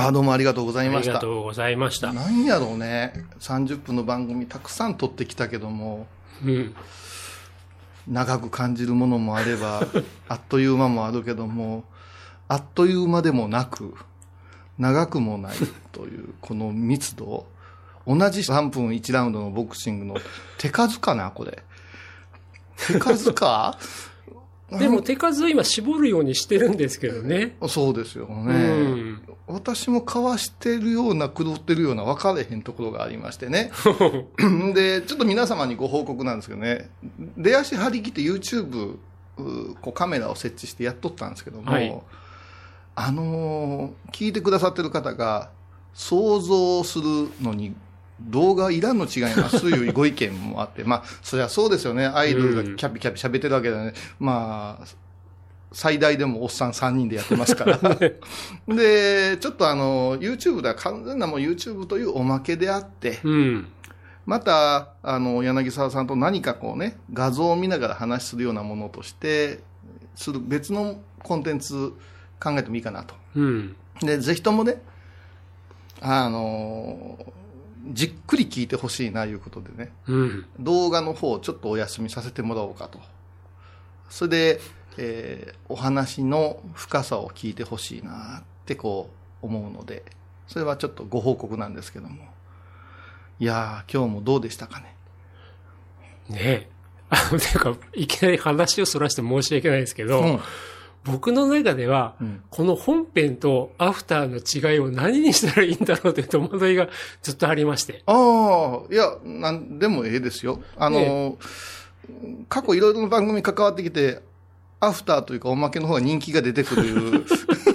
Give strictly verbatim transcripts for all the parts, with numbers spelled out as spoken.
あ、どうもありがとうございました。 ありがとうございました。 なんやろうね、さんじゅっぷんの番組たくさん撮ってきたけども、 うん、 長く感じるものもあればあっという間もあるけども、あっという間でもなく長くもないというこの密度、同じさんぷんいちラウンドのボクシングの手数かな、これ手数かでも手数を今絞るようにしてるんですけどね。 そうですよね、うん、私もかわしてるような狂ってるような分かれへんところがありましてねでちょっと皆様にご報告なんですけどね、出足張り切って YouTube こうカメラを設置してやっとったんですけども、はい、あのー、聞いてくださってる方が想像するのに動画いらんの違いますというご意見もあってまあそりゃそうですよね、アイドルがキャピキャピ喋ってるわけだね、うん、まあ最大でもおっさんさんにんでやってますからでちょっとあの YouTube では完全なもう YouTube というおまけであって、うん、またあの柳沢さんと何かこうね画像を見ながら話するようなものとしてする別のコンテンツ考えてもいいかなと、うん、でぜひともねあのじっくり聞いてほしいなということでね、うん、動画の方をちょっとお休みさせてもらおうかと、それで、えー、お話の深さを聞いてほしいなってこう思うので、それはちょっとご報告なんですけども、いやー今日もどうでしたかね。 ねえ、あのていうかいきなり話をそらして申し訳ないですけど、うん、僕の中では、うん、この本編とアフターの違いを何にしたらいいんだろうという戸惑いがずっとありまして。 ああ、いや、なんでもええですよ。あの、ね、過去いろいろな番組関わってきて、アフターというかおまけの方が人気が出てくる。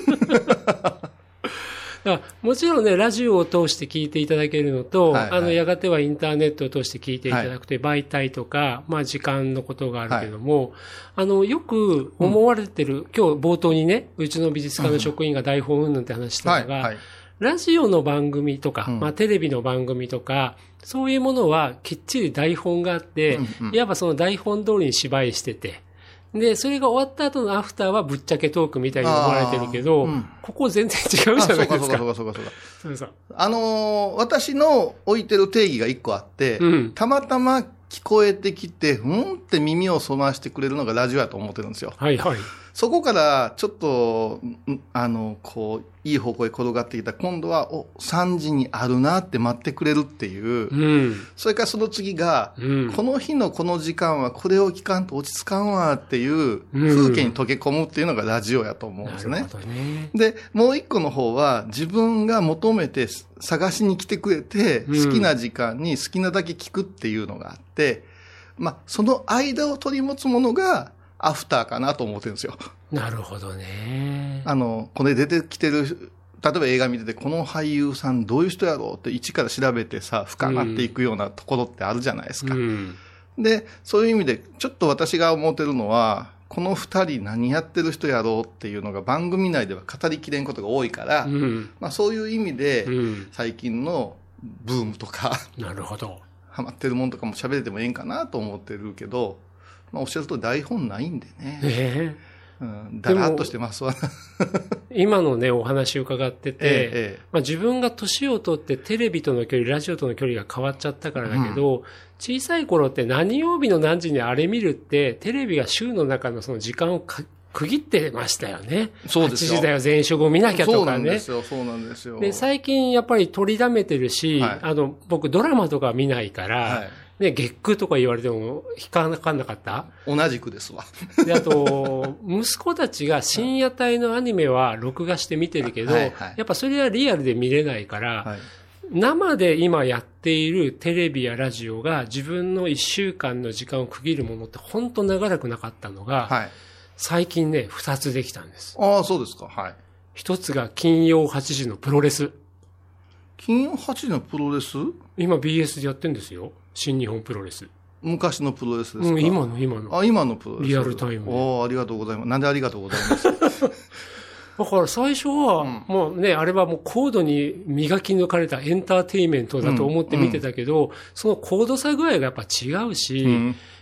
もちろんね、ラジオを通して聞いていただけるのと、はいはい、あの、やがてはインターネットを通して聞いていただくという媒体とか、まあ時間のことがあるけども、はい、あの、よく思われてる、うん、今日冒頭にね、うちの美術館の職員が台本云々って話したのが、はいはい、ラジオの番組とか、うん、まあテレビの番組とか、そういうものはきっちり台本があって、うんうん、いわばその台本通りに芝居してて、で、それが終わった後のアフターはぶっちゃけトークみたいに思われてるけど、うん、ここ全然違うじゃないですか。 そうかそうかそうかそうかそうか。あのー、私の置いてる定義が一個あって、うん、たまたま聞こえてきて、うんって耳を澄ましてくれるのがラジオやと思ってるんですよ。はいはい。そこからちょっと、あの、こう、いい方向へ転がってきた今度は、お、さんじにあるなって待ってくれるっていう。うん。それからその次が、うん、この日のこの時間はこれを聞かんと落ち着かんわっていう風景に溶け込むっていうのがラジオやと思うんですね。なるほどね。で、もう一個の方は自分が求めて探しに来てくれて、好きな時間に好きなだけ聞くっていうのがあって、まあ、その間を取り持つものが、アフターかなと思ってるんですよ。 なるほどね。 あの、これ出てきてる、例えば映画見てて、この俳優さんどういう人やろうって一から調べてさ、深まっていくようなところってあるじゃないですか。うん、で、そういう意味で、ちょっと私が思ってるのは、この二人何やってる人やろうっていうのが番組内では語りきれんことが多いから、うん、まあそういう意味で、うん、最近のブームとか、 なるほど。 ハマってるもんとかも喋れてもいいんかなと思ってるけど、まあ、おっしゃると台本ないんでね。ええー。うん、だらっとしてますわ。 今のね、お話を伺ってて、ええまあ、自分が年を取ってテレビとの距離、ラジオとの距離が変わっちゃったからだけど、うん、小さい頃って何曜日の何時にあれ見るって、テレビが週の中のその時間をか区切ってましたよね。そうですよ。はちじだよ、全食を見なきゃとかね。そうなんですよ、そうなんですよ。で、最近やっぱり取りだめてるし、はい、あの、僕ドラマとか見ないから、はいね、月空とか言われても引っかかんなかった？ 同じくですわ。 で、あと、息子たちが深夜帯のアニメは録画して見てるけど、はいはい、やっぱそれはリアルで見れないから、はい、生で今やっているテレビやラジオが自分の一週間の時間を区切るものって本当長らくなかったのが、はい、最近ね、二つできたんです。 ああ、そうですか。はい。 一つが金曜はちじのプロレス。 金曜はちじのプロレス？ 今 ビーエス でやってんですよ。新日本プロレス。 昔のプロレスですか？ うん、今の、今の。 あ、今のプロレス。 リアルタイム。 おー、ありがとうございます。なんでありがとうございます。 だから最初は、うん、もうね、あれはもう高度に磨き抜かれたエンターテインメントだと思って見てたけど、うんうん、その高度差具合がやっぱ違うし、うん、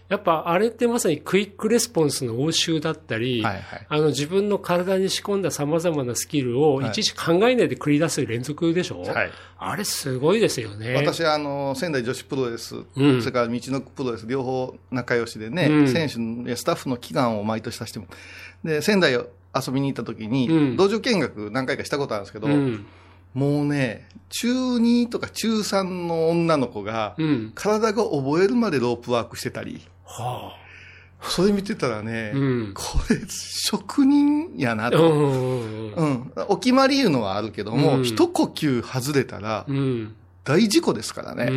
やっぱあれってまさにクイックレスポンスの応酬だったり、はいはい、あの自分の体に仕込んだ様々なスキルをいちいち考えないで繰り出す連続でしょ、はい、あれすごいですよね。 私はあの仙台女子プロレス、うん、それから道のプロレス両方仲良しでね、うん、選手やスタッフの祈願を毎年させてもで仙台を遊びに行った時に、うん、道場見学何回かしたことあるんですけど、うん、もうね中にとか中さんの女の子が、うん、体が覚えるまでロープワークしてたり、はあ、それ見てたらね、うん、これ職人やなと、うんうん、お決まりいうのはあるけども、うん、一呼吸外れたら、うん、大事故ですからね、うん、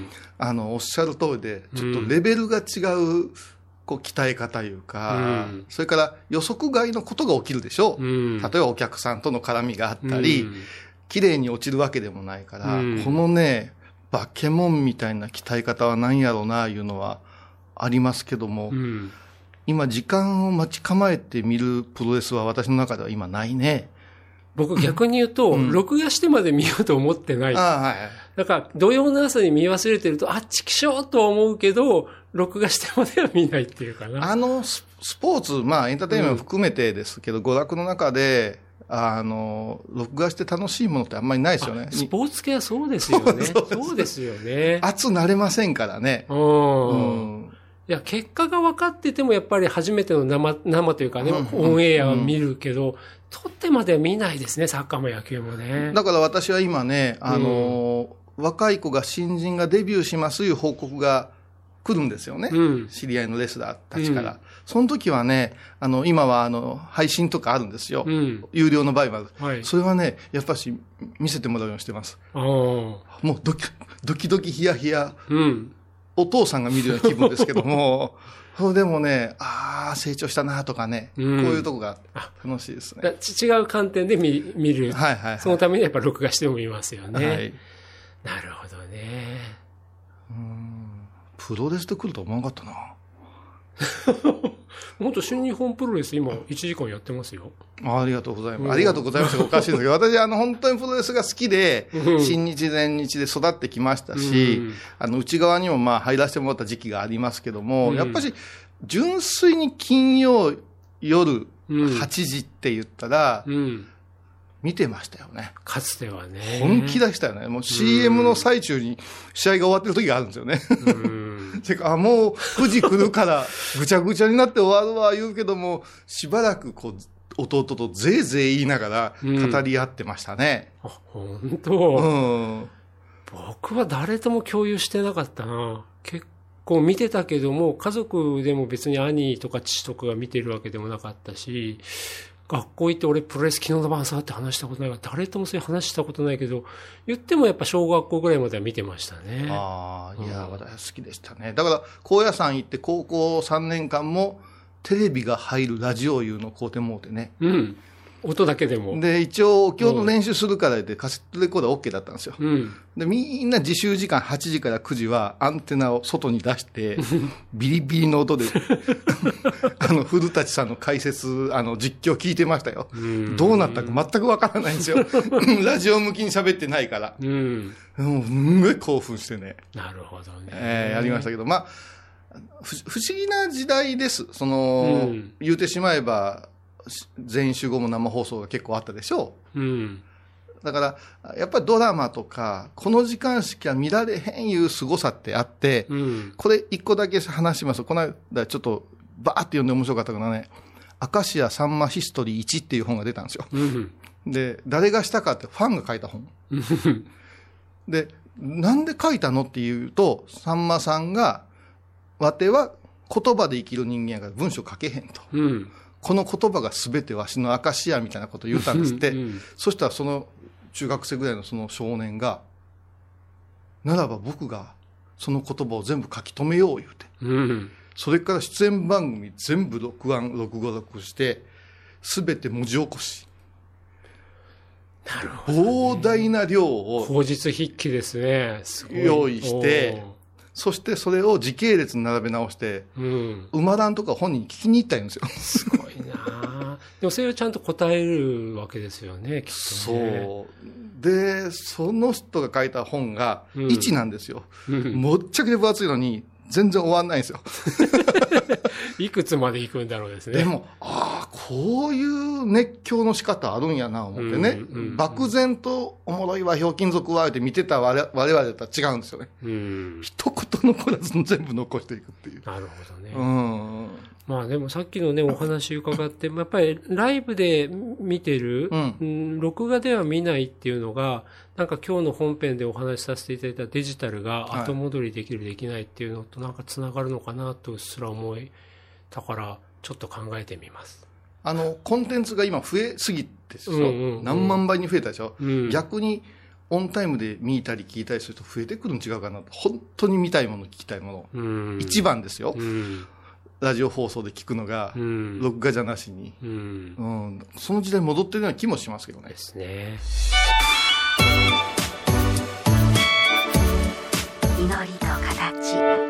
あのおっしゃる通りでちょっとレベルが違うこう鍛え方いうか、うん、それから予測外のことが起きるでしょう、うん、例えばお客さんとの絡みがあったり、うん、綺麗に落ちるわけでもないから、うん、このねバケモンみたいな鍛え方は何やろうないうのはありますけども、うん、今時間を待ち構えて見るプロレスは私の中では今ないね。 僕逆に言うと、うん、録画してまで見ようと思ってない。あ、はい、だから土曜の朝に見忘れてるとあっちきしょうとは思うけど録画してまでは見ないっていうかな。 あのスポーツ、まあエンターテインメント含めてですけど、うん、娯楽の中であの録画して楽しいものってあんまりないですよね。 スポーツ系はそうですよね。そう, そうですよね。 熱なれませんからね。うん。 いや結果が分かっててもやっぱり初めての生生というかね、うん、オンエアは見るけど、うん、撮ってまでは見ないですね、サッカーも野球もね。 だから私は今ね、あの、うん、若い子が新人がデビューしますいう報告が来るんですよね、うん、知り合いのレスラーたちから、うん、その時はね、あの今はあの配信とかあるんですよ、うん、有料の場合もある、はい、それはねやっぱし見せてもらうようにしてます。あもうドキドキドキヒヤヒヤ、うん、お父さんが見るような気分ですけどもそれでもね、ああ成長したなとかね、うん、こういうとこが楽しいですね。 違う観点で 見, 見る、はいはいはい、そのためにやっぱり録画しても見ますよね、はい、なるほどね。 うーんプロレスで来ると思わなかったな。 本当新日本プロレス今いちじかんやってますよ。 あ, ありがとうございます、うん、ありがとうございますおかしいんですけど私あの本当にプロレスが好きで、うん、新日全日で育ってきましたし、うん、あの内側にもまあ入らせてもらった時期がありますけども、うん、やっぱり純粋に金曜夜はちじって言ったら、うんうん見てましたよね。 かつてはね。 本気出したよね。もう シーエム の最中に試合が終わってる時があるんですよね。うんてか、あ、もうくじ来るからぐちゃぐちゃになって終わるわ言うけども、しばらくこう弟とぜいぜい言いながら語り合ってましたね。 うん、あ、本当。うん。僕は誰とも共有してなかったな。結構見てたけども、家族でも別に兄とか父とかが見てるわけでもなかったし、学校行って俺プロレス昨日の晩さって話したことないから誰ともそういう話したことないけど言ってもやっぱ小学校ぐらいまでは見てましたね。 ああいや、うん、私好きでしたね。だから高野山行って高校さんねんかんもテレビが入るラジオいうのを買うてもうてね、うん音だけでもで一応今日の練習するからでカセットレコーダー OK だったんですよ、うん、でみんな自習時間はちじからくじはアンテナを外に出してビリビリの音であの古舘さんの解説あの実況聞いてましたよ。どうなったか全くわからないんですよラジオ向きに喋ってないから、うん、もうすんごい興奮してね。 なるほどね、 えー、やりましたけどまあ不思議な時代です。その、うん、言うてしまえば全員集合も生放送が結構あったでしょう、うん、だからやっぱりドラマとかこの時間しか見られへんいう凄さってあって、うん、これ一個だけ話します。この間ちょっとバーって読んで面白かったからね、明石家さんまヒストリーいちっていう本が出たんですよ、うん、で誰がしたかってファンが書いた本でなんで書いたのっていうとさんまさんがわては言葉で生きる人間やから文章書けへんと、うんこの言葉が全てわしの証やみたいなことを言ったんですって、うんうん、そしたらその中学生ぐらいのその少年がならば僕がその言葉を全部書き留めよう言うて、うん、それから出演番組全部録音録画録して全て文字起こし、 なるほどね、 膨大な量を口実筆記ですね。すごい用意してそしてそれを時系列に並べ直して、うん、馬蘭とか本人に聞きに行ったんですよ。 すごいなでもそれをちゃんと答えるわけですよね、きっとね。 そうでその人が書いた本がいちなんですよ、うん、もっちゃくちゃ分厚いのに全然終わんないんですよ。 いくつまで行くんだろうですね。 でも、ああ、こういう熱狂の仕方あるんやな、思ってね。うんうんうん、漠然とおもろいわ、ひょうきん族はって見てた我々とは違うんですよね。うん、一言残らず全部残していくっていう。 なるほどね。 うん。 まあでもさっきのね、お話伺って、やっぱりライブで見てる、うん、録画では見ないっていうのが、なんか今日の本編でお話しさせていただいたデジタルが後戻りできる、はい、できないっていうのとなんかつながるのかなとうっすら思い、だからちょっと考えてみます。 あの、コンテンツが今増えすぎてですよ、うんうんうん、何万倍に増えたでしょ、うん、逆にオンタイムで見たり聞いたりすると増えてくるん違うかなと。本当に見たいもの聞きたいもの、うん、一番ですよ、うん、ラジオ放送で聞くのが、うん、録画じゃなしに、うんうん、その時代戻ってるような気もしますけどね。 ですね。 祈りと形